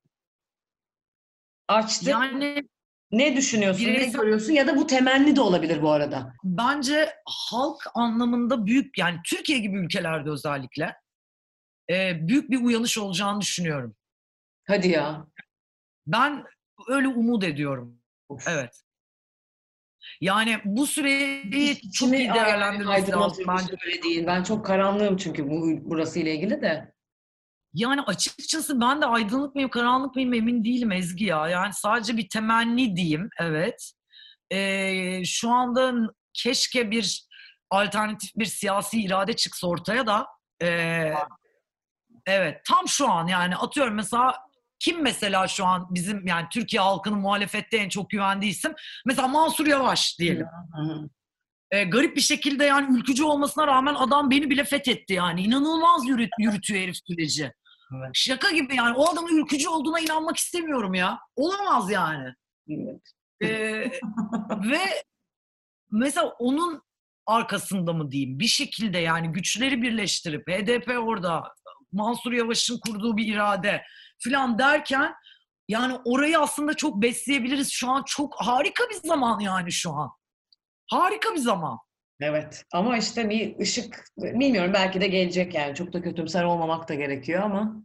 açtık. Yani Ne düşünüyorsun, ne bireysel görüyorsun? Ya da bu temenni de olabilir bu arada. bence halk anlamında büyük, yani Türkiye gibi ülkelerde özellikle e, büyük bir uyanış olacağını düşünüyorum. Hadi ya. Ben öyle umut ediyorum. Of. Evet. Yani bu İç- süreyi çok İçimi iyi ay- ay- değerlendirmesi lazım aydınlatıyor bu bence. söylediğin. Ben çok karanlığım çünkü bu burası ile ilgili de. Yani açıkçası ben de aydınlık mıyım, karanlık mıyım emin değilim Ezgi ya. Yani sadece bir temenni diyeyim, evet. Ee, şu anda keşke bir alternatif bir siyasi irade çıksa ortaya da ee, evet, tam şu an yani atıyorum mesela kim mesela şu an bizim yani Türkiye halkının muhalefette en çok güvendiği isim? Mesela Mansur Yavaş Hı diyelim. hı. E, garip bir şekilde yani ülkücü olmasına rağmen adam beni bile fethetti yani. İnanılmaz yürüt, yürütüyor herif süreci. Evet. Şaka gibi yani. O adamın ülkücü olduğuna inanmak istemiyorum ya. Olamaz yani. Evet. E, ve mesela onun arkasında mı diyeyim bir şekilde yani güçleri birleştirip H D P orada, Mansur Yavaş'ın kurduğu bir irade falan derken yani orayı aslında çok besleyebiliriz. Şu an çok harika bir zaman yani şu an. Harika bir zaman. Evet. Ama işte bir ışık bilmiyorum belki de gelecek yani. Çok da kötümser olmamak da gerekiyor ama.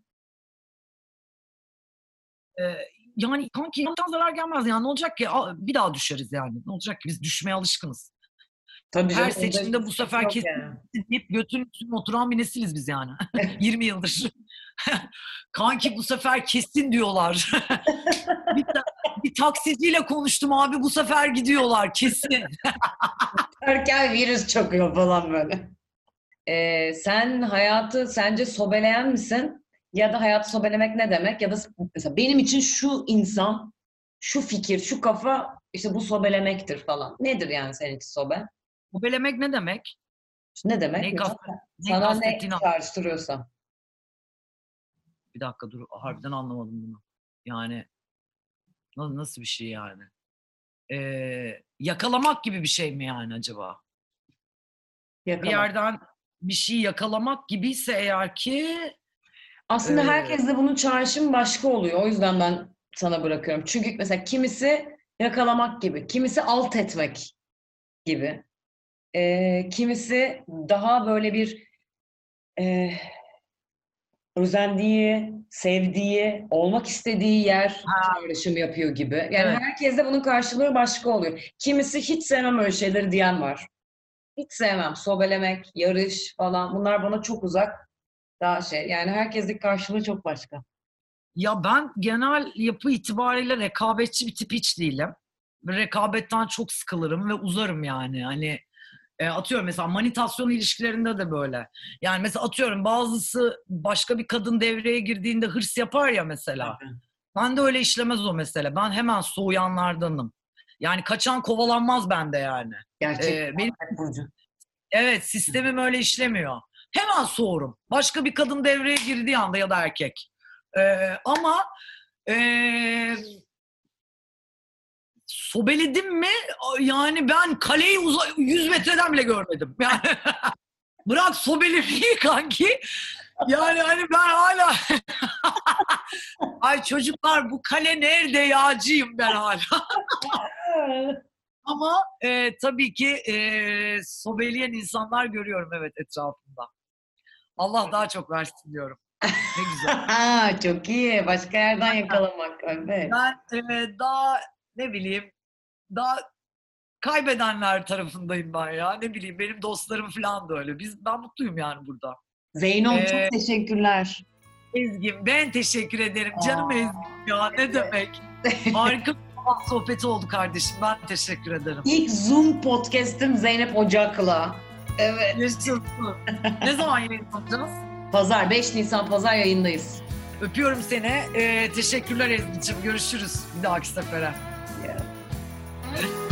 Ee, yani kanki yandan zarar gelmez yani ne olacak ki? A- Bir daha düşeriz yani. Ne olacak ki? Biz düşmeye alışkınız. Tabii Her canım onda hiçbir seçimde bu sıkıntı sefer yok kesin yani. deyip götünün üstüne oturan bir nesiliz biz yani. yirmi yıldır. Kanki bu sefer kesin diyorlar. bir, ta- bir taksiciyle konuştum abi bu sefer gidiyorlar kesin. Erken virüs çakıyor falan böyle. Ee, sen hayatı sence sobeleyen misin? Ya da hayatı sobelemek ne demek? Ya da mesela benim için şu insan, şu fikir, şu kafa işte bu sobelemektir falan. Nedir yani senin için sobe? Belemek ne demek? Ne demek? Neyi, Bilmem. kastet, neyi Sana ne kastettiğini çağrıştırıyorsa. bir dakika dur harbiden anlamadım bunu. Yani na- nasıl bir şey yani? Ee, yakalamak gibi bir şey mi yani acaba? Bir Yakala. yerden bir şey yakalamak gibiyse eğer ki Aslında e, herkeste bunun çağrışımı başka oluyor. O yüzden ben sana bırakıyorum. Çünkü mesela kimisi yakalamak gibi, kimisi alt etmek gibi. Ee, kimisi daha böyle bir e, özendiği, sevdiği, olmak istediği yer ha, çağrışım yapıyor gibi. Yani evet, herkeste bunun karşılığı başka oluyor. Kimisi hiç sevmem öyle şeyleri diyen var. Hiç sevmem. Sobelemek, yarış falan bunlar bana çok uzak. Daha şey yani herkesin karşılığı çok başka. ya ben genel yapı itibariyle rekabetçi bir tip hiç değilim. Rekabetten çok sıkılırım ve uzarım yani. Hani e, atıyorum mesela manitasyon ilişkilerinde de böyle. Yani mesela atıyorum bazısı başka bir kadın devreye girdiğinde hırs yapar ya mesela. Tabii. Ben de öyle işlemez o mesele. Ben hemen soğuyanlardanım. Yani kaçan kovalanmaz bende yani. Gerçek E, benim Burcu. Evet, sistemim öyle işlemiyor. Hemen soğurum. Başka bir kadın devreye girdiği anda ya da erkek. Ee, ama ee, sobeledim mi? Yani ben kaleyi uza- yüz metreden bile görmedim. Yani bırak sobelemeyi kanki. Yani hani ben hala ay çocuklar bu kale nerede yağcıyım ben hala. Ama ee, tabii ki ee, sobeleyen insanlar görüyorum evet etrafımda. Allah daha çok versin diyorum. Ne güzel. Çok iyi. Başka yerden yakalamak. Evet. Ben e, daha ne bileyim daha kaybedenler tarafındayım ben ya. Ne bileyim benim dostlarım falan da öyle. Biz, ben mutluyum yani burada. Zeyno Ee, çok teşekkürler. Ezgi'm ben teşekkür ederim. Canım Aa. Ezgi'm ya ne demek. Harika bir sabah sohbeti oldu kardeşim. Ben teşekkür ederim. İlk Zoom podcast'im Zeynep Ocak'la. Evet. Yaşasın. Ne zaman yayınlanacağız? Pazar, beş Nisan Pazar yayındayız. Öpüyorum seni. Ee, teşekkürler Ezgi'cim. Görüşürüz bir dahaki sefere. Yeah.